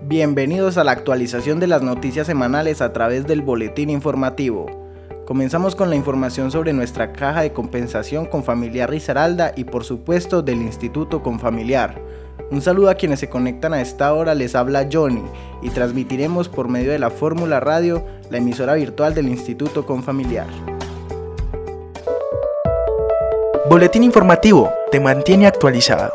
Bienvenidos a la actualización de las noticias semanales a través del boletín informativo. Comenzamos con la información sobre nuestra caja de compensación Confamiliar Risaralda y por supuesto del Instituto Confamiliar. Un saludo a quienes se conectan a esta hora, les habla Johnny y transmitiremos por medio de la Fórmula Radio, la emisora virtual del Instituto Confamiliar. Boletín informativo, te mantiene actualizado.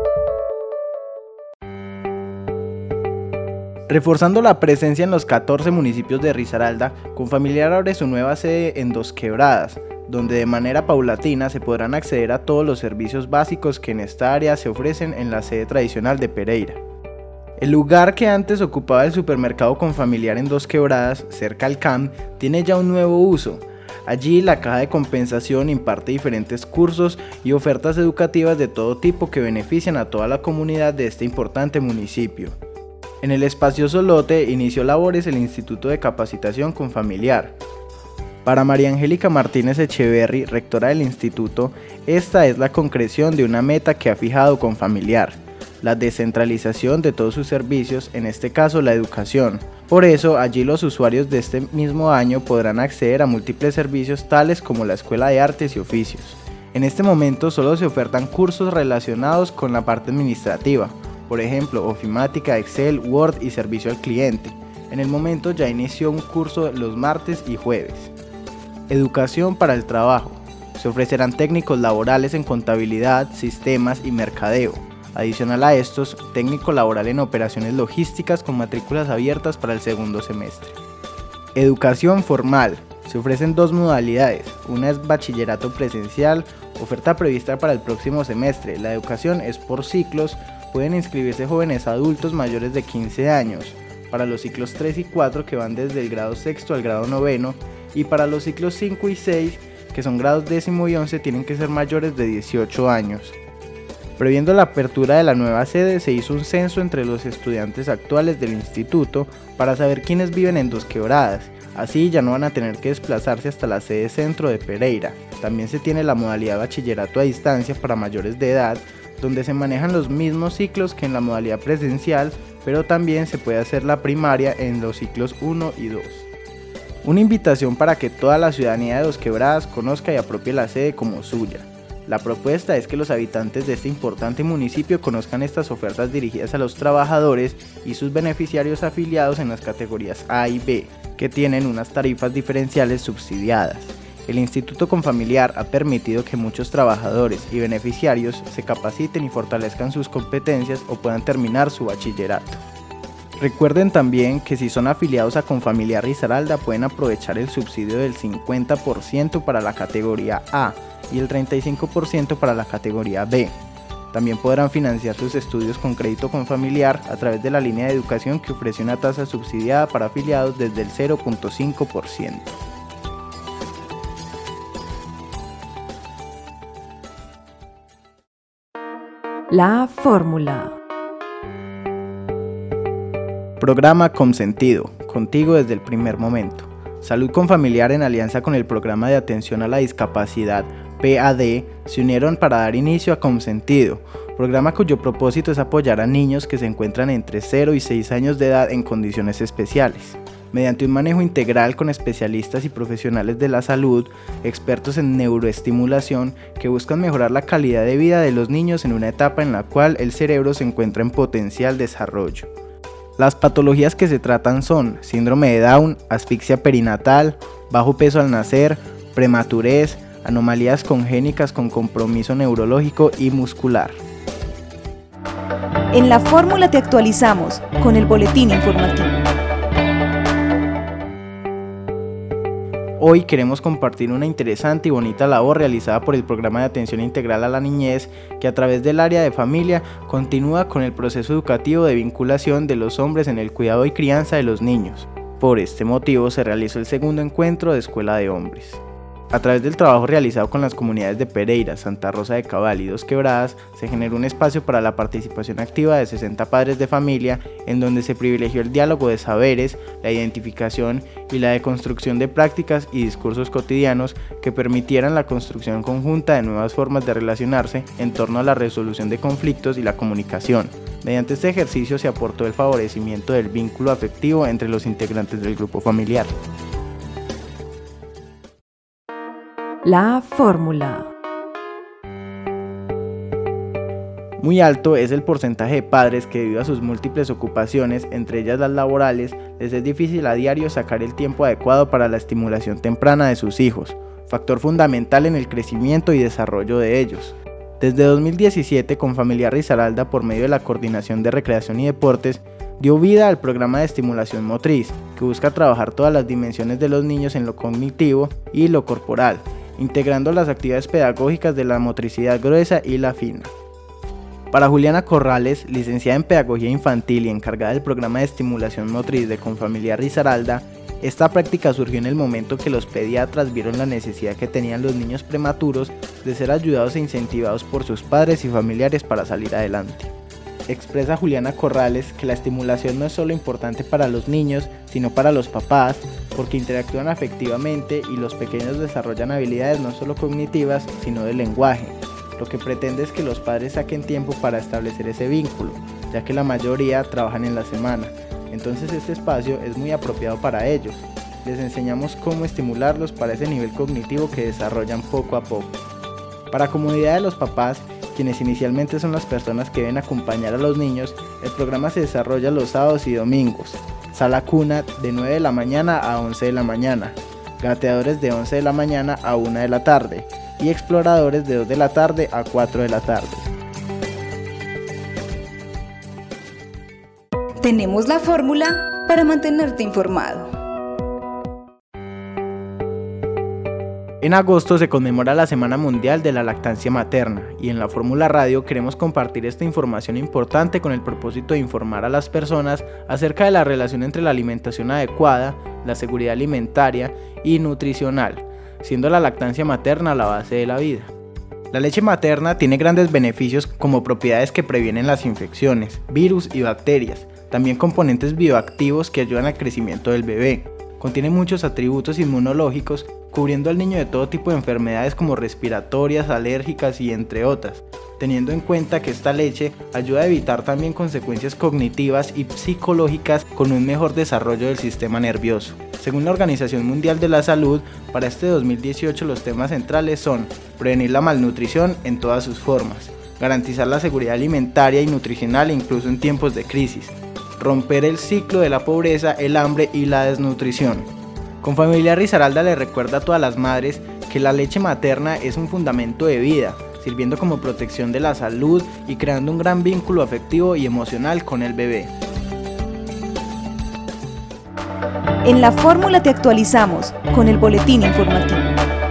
Reforzando la presencia en los 14 municipios de Risaralda, Confamiliar abre su nueva sede en Dos Quebradas, donde de manera paulatina se podrán acceder a todos los servicios básicos que en esta área se ofrecen en la sede tradicional de Pereira. El lugar que antes ocupaba el supermercado Confamiliar en Dos Quebradas, cerca al CAM, tiene ya un nuevo uso. Allí la caja de compensación imparte diferentes cursos y ofertas educativas de todo tipo que benefician a toda la comunidad de este importante municipio. En el espacioso lote inició labores el Instituto de Capacitación Confamiliar. Para María Angélica Martínez Echeverry, rectora del instituto, esta es la concreción de una meta que ha fijado Confamiliar, la descentralización de todos sus servicios, en este caso la educación. Por eso, allí los usuarios de este mismo año podrán acceder a múltiples servicios tales como la Escuela de Artes y Oficios. En este momento solo se ofertan cursos relacionados con la parte administrativa, por ejemplo, ofimática, Excel, Word y servicio al cliente. En el momento ya inició un curso los martes y jueves. Educación para el trabajo. Se ofrecerán técnicos laborales en contabilidad, sistemas y mercadeo. Adicional a estos, técnico laboral en operaciones logísticas con matrículas abiertas para el segundo semestre. Educación formal. Se ofrecen dos modalidades. Una es bachillerato presencial, oferta prevista para el próximo semestre. La educación es por ciclos. Pueden inscribirse jóvenes adultos mayores de 15 años, para los ciclos 3 y 4 que van desde el grado sexto al grado noveno, y para los ciclos 5 y 6, que son grados décimo y 11, tienen que ser mayores de 18 años. Previendo la apertura de la nueva sede, se hizo un censo entre los estudiantes actuales del instituto para saber quiénes viven en Dos Quebradas. Así ya no van a tener que desplazarse hasta la sede centro de Pereira. También se tiene la modalidad bachillerato a distancia para mayores de edad, donde se manejan los mismos ciclos que en la modalidad presencial, pero también se puede hacer la primaria en los ciclos 1 y 2. Una invitación para que toda la ciudadanía de Dos Quebradas conozca y apropie la sede como suya. La propuesta es que los habitantes de este importante municipio conozcan estas ofertas dirigidas a los trabajadores y sus beneficiarios afiliados en las categorías A y B, que tienen unas tarifas diferenciales subsidiadas. El Instituto Confamiliar ha permitido que muchos trabajadores y beneficiarios se capaciten y fortalezcan sus competencias o puedan terminar su bachillerato. Recuerden también que si son afiliados a Confamiliar Risaralda pueden aprovechar el subsidio del 50% para la categoría A y el 35% para la categoría B. También podrán financiar sus estudios con crédito Confamiliar a través de la línea de educación que ofrece una tasa subsidiada para afiliados desde el 0.5%. La fórmula. Programa Consentido, contigo desde el primer momento. Salud Confamiliar en alianza con el Programa de Atención a la Discapacidad PAD se unieron para dar inicio a Consentido, programa cuyo propósito es apoyar a niños que se encuentran entre 0 y 6 años de edad en condiciones especiales. Mediante un manejo integral con especialistas y profesionales de la salud, expertos en neuroestimulación que buscan mejorar la calidad de vida de los niños en una etapa en la cual el cerebro se encuentra en potencial desarrollo. Las patologías que se tratan son síndrome de Down, asfixia perinatal, bajo peso al nacer, prematurez, anomalías congénitas con compromiso neurológico y muscular. En la fórmula te actualizamos con el boletín informativo. Hoy queremos compartir una interesante y bonita labor realizada por el Programa de Atención Integral a la Niñez, que a través del área de familia continúa con el proceso educativo de vinculación de los hombres en el cuidado y crianza de los niños. Por este motivo se realizó el segundo encuentro de Escuela de Hombres. A través del trabajo realizado con las comunidades de Pereira, Santa Rosa de Cabal y Dos Quebradas, se generó un espacio para la participación activa de 60 padres de familia, en donde se privilegió el diálogo de saberes, la identificación y la deconstrucción de prácticas y discursos cotidianos que permitieran la construcción conjunta de nuevas formas de relacionarse en torno a la resolución de conflictos y la comunicación. Mediante este ejercicio se aportó el favorecimiento del vínculo afectivo entre los integrantes del grupo familiar. La fórmula. Muy alto es el porcentaje de padres que, debido a sus múltiples ocupaciones, entre ellas las laborales, les es difícil a diario sacar el tiempo adecuado para la estimulación temprana de sus hijos, factor fundamental en el crecimiento y desarrollo de ellos. Desde 2017, Confamiliar Risaralda, por medio de la Coordinación de Recreación y Deportes, dio vida al programa de estimulación motriz, que busca trabajar todas las dimensiones de los niños en lo cognitivo y lo corporal, integrando las actividades pedagógicas de la motricidad gruesa y la fina. Para Juliana Corrales, licenciada en Pedagogía Infantil y encargada del programa de estimulación motriz de Confamiliar Risaralda, esta práctica surgió en el momento que los pediatras vieron la necesidad que tenían los niños prematuros de ser ayudados e incentivados por sus padres y familiares para salir adelante. Expresa Juliana Corrales que la estimulación no es solo importante para los niños, sino para los papás, porque interactúan afectivamente y los pequeños desarrollan habilidades no solo cognitivas, sino de lenguaje. Lo que pretende es que los padres saquen tiempo para establecer ese vínculo, ya que la mayoría trabajan en la semana. Entonces este espacio es muy apropiado para ellos. Les enseñamos cómo estimularlos para ese nivel cognitivo que desarrollan poco a poco. Para comodidad de los papás, quienes inicialmente son las personas que deben acompañar a los niños, el programa se desarrolla los sábados y domingos. Sala cuna de 9 de la mañana a 11 de la mañana, gateadores de 11 de la mañana a 1 de la tarde y exploradores de 2 de la tarde a 4 de la tarde. Tenemos la fórmula para mantenerte informado. En agosto se conmemora la Semana Mundial de la Lactancia Materna y en la Fórmula Radio queremos compartir esta información importante con el propósito de informar a las personas acerca de la relación entre la alimentación adecuada, la seguridad alimentaria y nutricional, siendo la lactancia materna la base de la vida. La leche materna tiene grandes beneficios como propiedades que previenen las infecciones, virus y bacterias, también componentes bioactivos que ayudan al crecimiento del bebé. Contiene muchos atributos inmunológicos, cubriendo al niño de todo tipo de enfermedades como respiratorias, alérgicas y entre otras, teniendo en cuenta que esta leche ayuda a evitar también consecuencias cognitivas y psicológicas con un mejor desarrollo del sistema nervioso. Según la Organización Mundial de la Salud, para este 2018 los temas centrales son prevenir la malnutrición en todas sus formas, garantizar la seguridad alimentaria y nutricional incluso en tiempos de crisis, romper el ciclo de la pobreza, el hambre y la desnutrición. Confamiliar Risaralda le recuerda a todas las madres que la leche materna es un fundamento de vida, sirviendo como protección de la salud y creando un gran vínculo afectivo y emocional con el bebé. En la fórmula te actualizamos con el boletín informativo.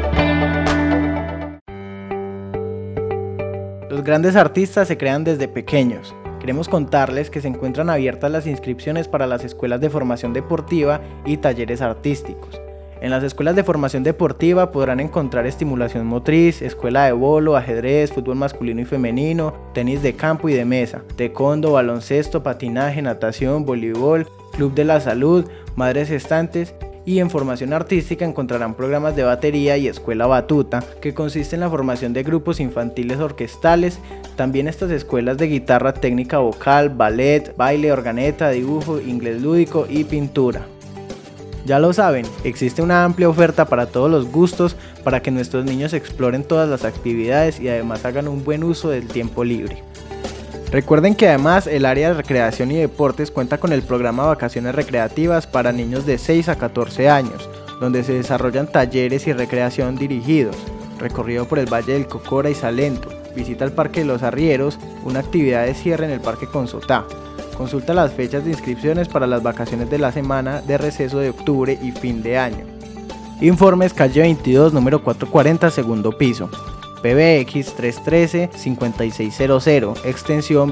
Los grandes artistas se crean desde pequeños. Queremos contarles que se encuentran abiertas las inscripciones para las escuelas de formación deportiva y talleres artísticos. En las escuelas de formación deportiva podrán encontrar estimulación motriz, escuela de bolo, ajedrez, fútbol masculino y femenino, tenis de campo y de mesa, taekwondo, baloncesto, patinaje, natación, voleibol, club de la salud, madres gestantes. Y en formación artística encontrarán programas de batería y escuela batuta, que consiste en la formación de grupos infantiles orquestales, también estas escuelas de guitarra, técnica vocal, ballet, baile, organeta, dibujo, inglés lúdico y pintura. Ya lo saben, existe una amplia oferta para todos los gustos para que nuestros niños exploren todas las actividades y además hagan un buen uso del tiempo libre. Recuerden que además el área de recreación y deportes cuenta con el programa Vacaciones Recreativas para niños de 6 a 14 años, donde se desarrollan talleres y recreación dirigidos, recorrido por el Valle del Cocora y Salento, visita al Parque de los Arrieros, una actividad de cierre en el Parque Consotá. Consulta las fechas de inscripciones para las vacaciones de la semana de receso de octubre y fin de año. Informes calle 22, número 440, segundo piso. PBX 313-5600, extensión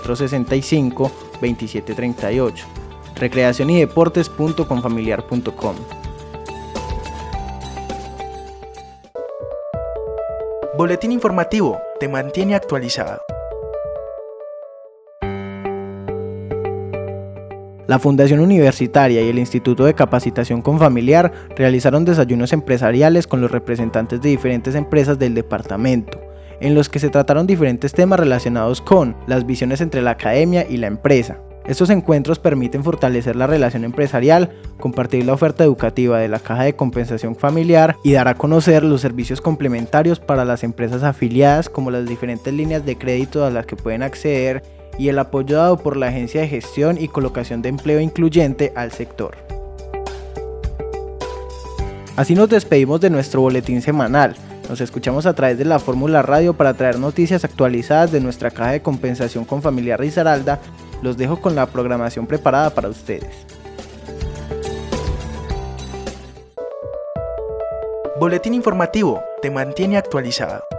2465-2738. Recreación y deportes.confamiliar.com. Boletín informativo te mantiene actualizado. La Fundación Universitaria y el Instituto de Capacitación Confamiliar realizaron desayunos empresariales con los representantes de diferentes empresas del departamento. en los que se trataron diferentes temas relacionados con las visiones entre la academia y la empresa. Estos encuentros permiten fortalecer la relación empresarial, compartir la oferta educativa de la Caja de Compensación Familiar y dar a conocer los servicios complementarios para las empresas afiliadas, como las diferentes líneas de crédito a las que pueden acceder y el apoyo dado por la Agencia de Gestión y Colocación de Empleo Incluyente al sector. Así nos despedimos de nuestro boletín semanal. Nos escuchamos a través de la Fórmula Radio para traer noticias actualizadas de nuestra Caja de Compensación Confamiliar Risaralda. Los dejo con la programación preparada para ustedes. Boletín informativo te mantiene actualizado.